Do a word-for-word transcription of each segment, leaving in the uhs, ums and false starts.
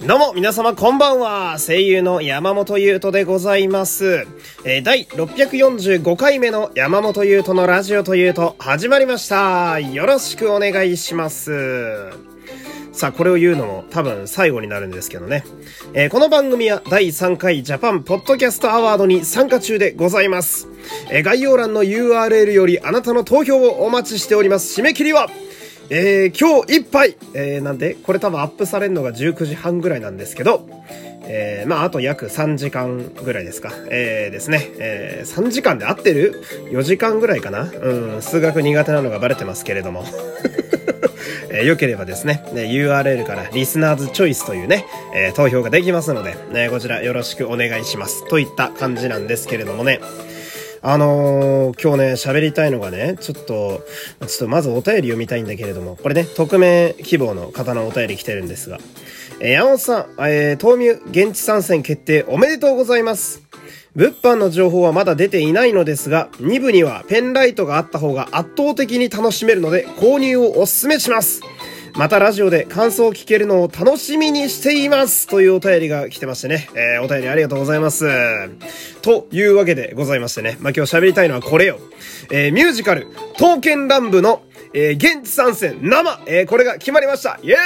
どうも皆様こんばんは。声優の山本優斗でございます。えー、だいろっぴゃくよんじゅうごかいめの山本優斗のラジオというと始まりました。よろしくお願いします。さあ、これを言うのも多分最後になるんですけどね。えー、この番組はだいさんかいジャパンポッドキャストアワードに参加中でございます。えー、概要欄の ユーアールエル よりあなたの投票をお待ちしております。締め切りはえー、今日いっぱい、えー、なんで、これ多分アップされるのがじゅうくじはんぐらいなんですけど、えー、まあ、あと約さんじかんぐらいですか。えー、ですね。えー、さんじかんで合ってる ?よ 時間ぐらいかな。うん、数学苦手なのがバレてますけれども。えー、よければですね、ユーアールエル からリスナーズチョイスというね、えー、投票ができますので、えー、こちらよろしくお願いします。といった感じなんですけれどもね。あのー、今日ね、喋りたいのがね、ちょっと、ちょっとまずお便り読みたいんだけれども、これね、匿名希望の方のお便り来てるんですが、えー、山本さん、えー、豆乳現地参戦決定おめでとうございます。物販の情報はまだ出ていないのですが、に部にはペンライトがあった方が圧倒的に楽しめるので、購入をお勧めします。またラジオで感想を聞けるのを楽しみにしていますというお便りが来てましてね、えー、お便りありがとうございます。というわけでございましてね、まあ、今日喋りたいのはこれよ。えー、ミュージカル、刀剣乱舞の、えー、現地参戦生、えー、これが決まりました。イエーイ！ウォー！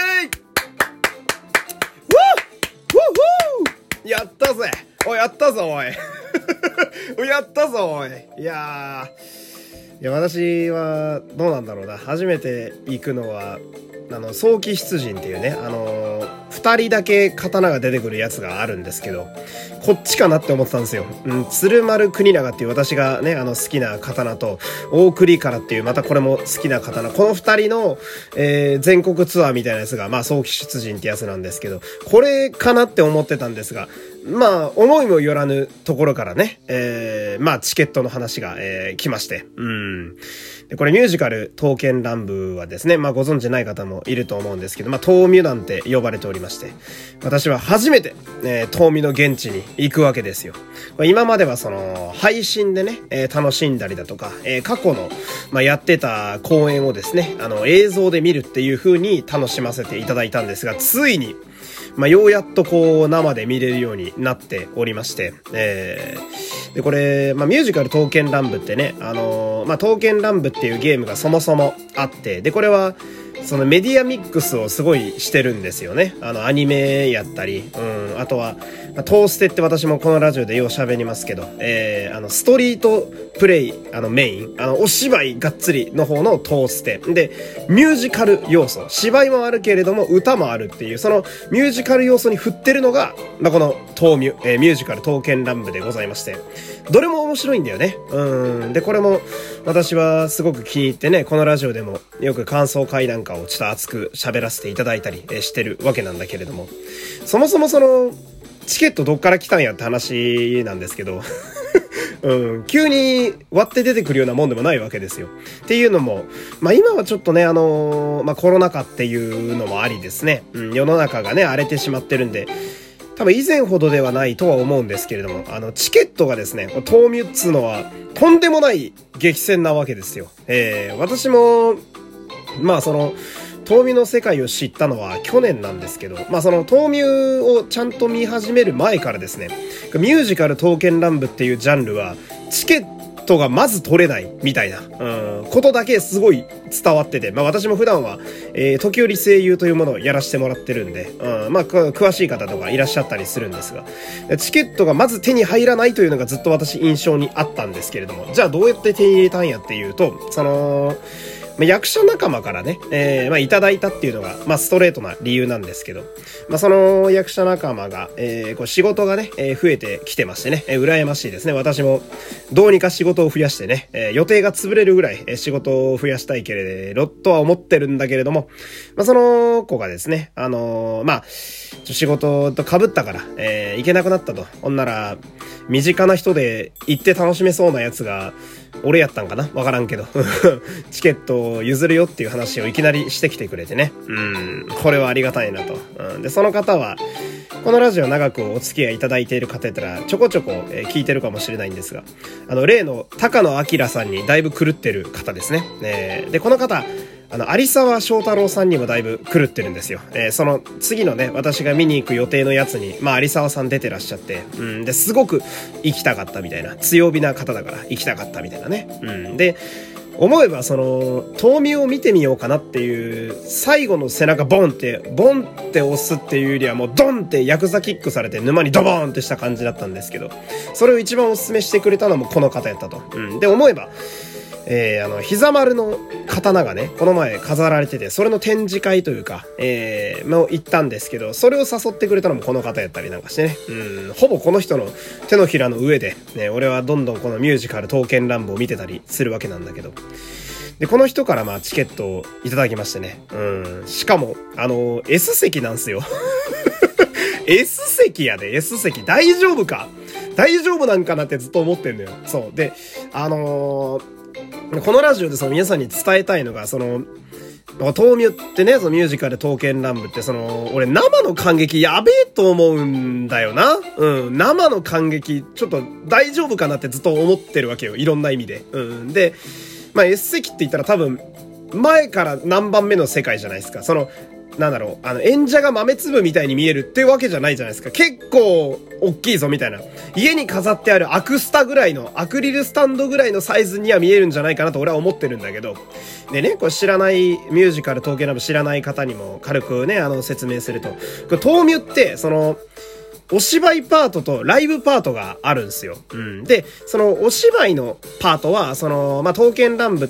ウォー！ウォー！やったぜ！おい、やったぞ、おい。やったぞ、おい。いやー、いや、私は、どうなんだろうな。初めて行くのは、あの、早期出陣っていうね、あのー、二人だけ刀が出てくるやつがあるんですけど、こっちかなって思ってたんですよ。うん、鶴丸国長っていう私がね、あの、好きな刀と、大栗からっていう、またこれも好きな刀、この二人の、えー、全国ツアーみたいなやつが、まあ、早期出陣ってやつなんですけど、これかなって思ってたんですが、まあ、思いもよらぬところからね、えー、まあ、チケットの話が、えー、来まして、うん。で、これミュージカル、刀剣乱舞はですね、まあ、ご存知ない方もいると思うんですけど、まあ、刀ミュなんて呼ばれておりまして、私は初めて、えー、刀ミの現地に行くわけですよ。今まではその、配信でね、えー、楽しんだりだとか、えー、過去の、まあ、やってた公演をですね、あの、映像で見るっていう風に楽しませていただいたんですが、ついに、まあ、ようやっとこう生で見れるようになっておりまして、えー、で、これ、まあ、ミュージカル刀剣乱舞ってね、あのー、まあ、刀剣乱舞っていうゲームがそもそもあって、で、これは、そのメディアミックスをすごいしてるんですよね。あの、アニメやったり、うん、あとは、トーステって私もこのラジオでよう喋りますけど、えー、あの、ストリートプレイ、あの、メイン、あの、お芝居がっつりの方のトーステ。で、ミュージカル要素、芝居もあるけれども、歌もあるっていう、そのミュージカル要素に振ってるのが、まあ、この、刀ミュ、えー、ミュージカル刀剣乱舞でございまして、どれも面白いんだよね。うん。で、これも、私はすごく気に入ってね、このラジオでもよく感想会なんかをちょっと熱く喋らせていただいたりしてるわけなんだけれども、そもそもその、チケットどっから来たんやって話なんですけど、うん、急に割って出てくるようなもんでもないわけですよ。っていうのも、まあ今はちょっとね、あのー、まあコロナ禍っていうのもありですね、うん、世の中がね、荒れてしまってるんで、多分以前ほどではないとは思うんですけれども、あの、チケットがですね、豆乳っつうのは、とんでもない激戦なわけですよ。えー、私も、まあその、豆乳の世界を知ったのは去年なんですけど、まあその豆乳をちゃんと見始める前からですね、ミュージカル刀剣乱舞っていうジャンルは、チケットがまず取れないみたいな、うん、ことだけすごい伝わってて、まあ私も普段は、えー、時折声優というものをやらせてもらってるんで、うん、まあ詳しい方とかいらっしゃったりするんですが、チケットがまず手に入らないというのがずっと私印象にあったんですけれども、じゃあどうやって手に入れたんやっていうと、その、役者仲間からね、えー、まあ、いただいたっていうのが、まあ、ストレートな理由なんですけど、まあ、その役者仲間が、えー、こう仕事がね、えー、増えてきてましてね、えー、羨ましいですね。私も、どうにか仕事を増やしてね、えー、予定が潰れるぐらい、えー、仕事を増やしたいけれど、とは思ってるんだけれども、まあ、その子がですね、あのー、まあ、仕事と被ったから、えー、行けなくなったと。ほんなら、身近な人で行って楽しめそうなやつが、俺やったんかなわからんけどチケットを譲るよっていう話をいきなりしてきてくれてね、うん、これはありがたいなと、うん、でその方はこのラジオ長くお付き合いいただいている方やったらちょこちょこ聞いてるかもしれないんですが、あの例の高野明さんにだいぶ狂ってる方ですね。えー、でこの方あの有沢翔太郎さんにもだいぶ狂ってるんですよ。えー、その次のね私が見に行く予定のやつにまあ有沢さん出てらっしゃって、うんですごく行きたかったみたいな、強火な方だから行きたかったみたいなね。うんで思えばその豆苗を見てみようかなっていう最後の背中ボンってボンって押すっていうよりはもうドンってヤクザキックされて沼にドボーンってした感じだったんですけど、それを一番おすすめしてくれたのもこの方やったと。うんで思えばえー、あの膝丸の刀がねこの前飾られてて、それの展示会というかえー、もう行ったんですけど、それを誘ってくれたのもこの方やったりなんかしてね、うんほぼこの人の手のひらの上でね俺はどんどんこのミュージカル刀剣乱舞を見てたりするわけなんだけど、でこの人からまあチケットをいただきましてね、うんしかもあの S 席なんすよS 席やで S 席大丈夫か大丈夫なんかなってずっと思ってんのよ。そうであのーこのラジオでその皆さんに伝えたいのが、その豆苗ってね、そのミュージカル刀剣乱舞ってその俺生の感激やべえと思うんだよな。うん生の感激ちょっと大丈夫かなってずっと思ってるわけよ、いろんな意味で。うんでまあ S 席って言ったら多分前から何番目の世界じゃないですか。そのなんだろう、あの演者が豆粒みたいに見えるっていうわけじゃないじゃないですか。結構大きいぞみたいな、家に飾ってあるアクスタぐらいのアクリルスタンドぐらいのサイズには見えるんじゃないかなと俺は思ってるんだけど、でねこれ知らないミュージカル刀剣乱舞知らない方にも軽くねあの説明すると、これ豆苗ってそのお芝居パートとライブパートがあるんですよ。うん。で、そのお芝居のパートは、その、まあ、刀剣乱舞って、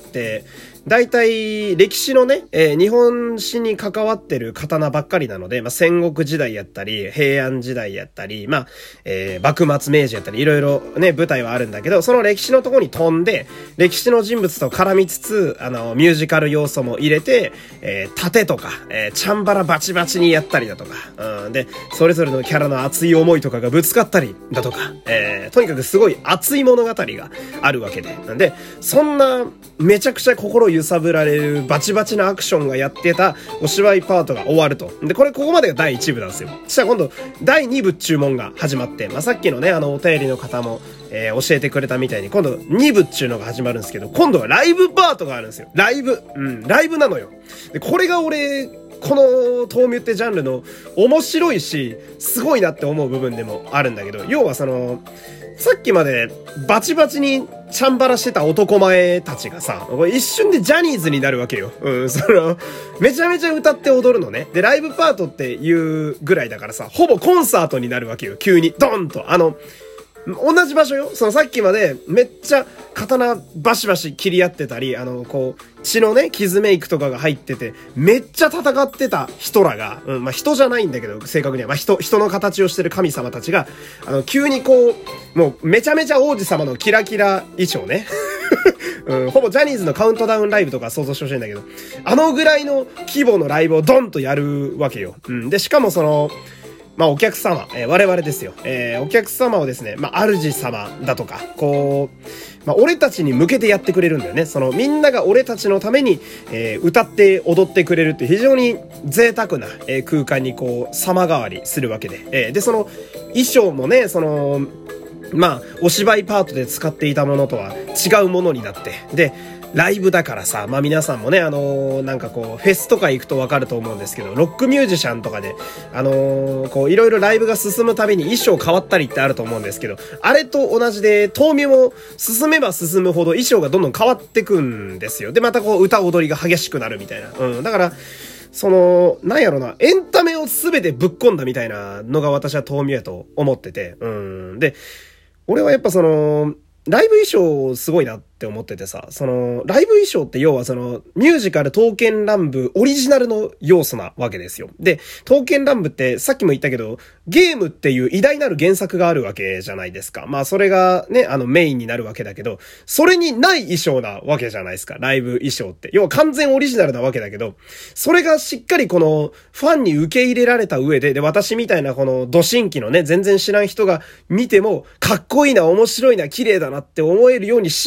大体歴史のね、えー、日本史に関わってる刀ばっかりなので、まあ、戦国時代やったり、平安時代やったり、まあ、えー、幕末明治やったり、いろいろね、舞台はあるんだけど、その歴史のところに飛んで、歴史の人物と絡みつつ、あの、ミュージカル要素も入れて、えー、盾とか、えー、チャンバラバチバチにやったりだとか、うん、で、それぞれのキャラの熱い思いとかがぶつかったりだとか、えー、とにかくすごい熱い物語があるわけで、なんで、そんな、めちゃくちゃ心揺さぶられるバチバチなアクションがやってたお芝居パートが終わると。で、これここまでがだいいち部なんですよ。そしたら今度だいに部注文が始まって、まあ、さっきのね、あのお便りの方も、えー、教えてくれたみたいに今度に部っちゅうのが始まるんですけど、今度はライブパートがあるんですよ。ライブ。うん、ライブなのよ。で、これが俺、この豆苗ってジャンルの面白いし、すごいなって思う部分でもあるんだけど、要はその、さっきまでバチバチにチャンバラしてた男前たちがさ、これ一瞬でジャニーズになるわけよ。うん、その、めちゃめちゃ歌って踊るのね。で、ライブパートっていうぐらいだからさ、ほぼコンサートになるわけよ。急に、ドンと。あの、同じ場所よ。そのさっきまでめっちゃ刀バシバシ切り合ってたり、あの、こう、血のね、傷メイクとかが入ってて、めっちゃ戦ってた人らが、うん、まあ、人じゃないんだけど、正確には、まあ、人、人の形をしてる神様たちが、あの、急にこう、もうめちゃめちゃ王子様のキラキラ衣装ね。うん、ほぼジャニーズのカウントダウンライブとか想像してほしいんだけど、あのぐらいの規模のライブをドンとやるわけよ。うん、で、しかもその、まあお客様、えー、我々ですよ。えー、お客様をですね、まあ主様だとか、こう、まあ俺たちに向けてやってくれるんだよね。そのみんなが俺たちのために、えー、歌って踊ってくれるって非常に贅沢な、えー、空間にこう様変わりするわけで。えー、で、その衣装もね、その、まあお芝居パートで使っていたものとは違うものになって、で、ライブだからさ、まあ皆さんもね、あのー、なんかこう、フェスとか行くとわかると思うんですけど、ロックミュージシャンとかで、あのー、こう、いろいろライブが進むたびに衣装変わったりってあると思うんですけど、あれと同じで、豆苗も進めば進むほど衣装がどんどん変わってくんですよ。で、またこう、歌踊りが激しくなるみたいな。うん。だから、その、なんやろな、エンタメをすべてぶっ込んだみたいなのが私は豆苗やと思ってて、うん。で、俺はやっぱその、ライブ衣装すごいなって思っててさ、その、ライブ衣装って要はその、ミュージカル刀剣乱舞オリジナルの要素なわけですよ。で、刀剣乱舞ってさっきも言ったけど、ゲームっていう偉大なる原作があるわけじゃないですか。まあそれがね、あのメインになるわけだけど、それにない衣装なわけじゃないですか。ライブ衣装って。要は完全オリジナルなわけだけど、それがしっかりこの、ファンに受け入れられた上で、で、私みたいなこの、ド新規のね、全然知らん人が見ても、かっこいいな、面白いな、綺麗だなって思えるように仕上がっ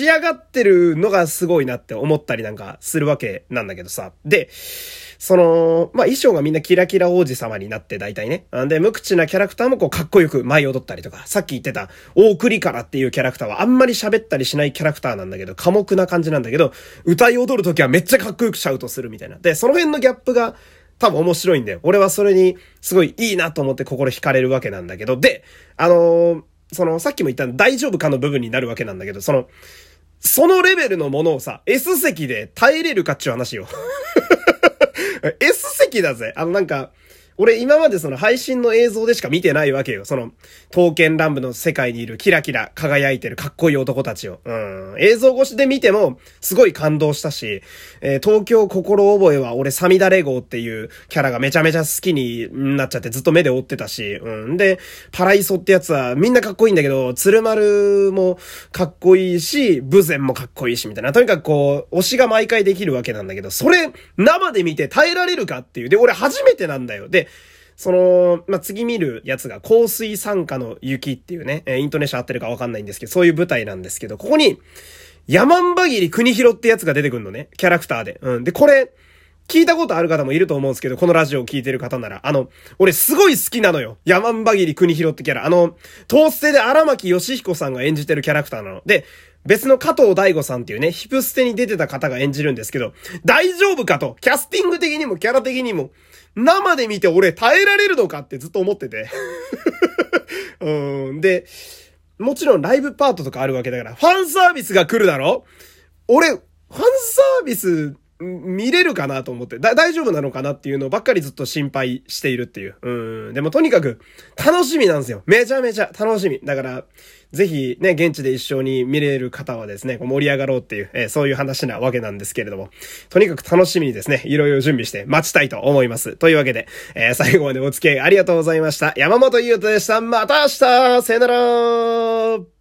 ってるのがすごいなって思ったりなんかするわけなんだけどさ。で、その、まあ、衣装がみんなキラキラ王子様になって大体ね。で、無口なキャラクターもこうかっこよく舞い踊ったりとか、さっき言ってた大栗からっていうキャラクターはあんまり喋ったりしないキャラクターなんだけど、寡黙な感じなんだけど、歌い踊るときはめっちゃかっこよくシャウトするみたいな。で、その辺のギャップが多分面白いんだよ。俺はそれにすごいいいなと思って心惹かれるわけなんだけど、で、あのー、その、さっきも言った大丈夫かの部分になるわけなんだけど、その、そのレベルのものをさ、S 席で耐えれるかっちゅう話よ。S 席だぜ。あのなんか、俺今までその配信の映像でしか見てないわけよ。その、刀剣乱舞の世界にいるキラキラ輝いてるかっこいい男たちを。うん。映像越しで見ても、すごい感動したし、えー、東京心覚えは俺サミダレ号っていうキャラがめちゃめちゃ好きになっちゃってずっと目で追ってたし、うん。で、パライソってやつはみんなかっこいいんだけど、鶴丸もかっこいいし、武前もかっこいいし、みたいな。とにかくこう、推しが毎回できるわけなんだけど、それ、生で見て耐えられるかっていう。で、俺初めてなんだよ。で、その、まあ、次見るやつが、香水参加の雪っていうね、えー、イントネーション合ってるかわかんないんですけど、そういう舞台なんですけど、ここに、山んばぎり国広ってやつが出てくるのね、キャラクターで。うん。で、これ、聞いたことある方もいると思うんですけど、このラジオを聞いてる方なら、あの、俺すごい好きなのよ。山んばぎり国広ってキャラ。あの、東ステで荒牧義彦さんが演じてるキャラクターなの。で、別の加藤大悟さんっていうね、ヒプステに出てた方が演じるんですけど、大丈夫かと、キャスティング的にもキャラ的にも、生で見て俺耐えられるのかってずっと思ってて。うん。で、もちろんライブパートとかあるわけだから、ファンサービスが来るだろ？俺、ファンサービス、見れるかなと思って、だ、大丈夫なのかなっていうのばっかりずっと心配しているっていう。うん。でもとにかく、楽しみなんですよ。めちゃめちゃ楽しみ。だから、ぜひね、現地で一緒に見れる方はですね、盛り上がろうっていう、えー、そういう話なわけなんですけれども、とにかく楽しみにですね、いろいろ準備して待ちたいと思います。というわけで、えー、最後までお付き合いありがとうございました。山本優斗でした。また明日さよなら。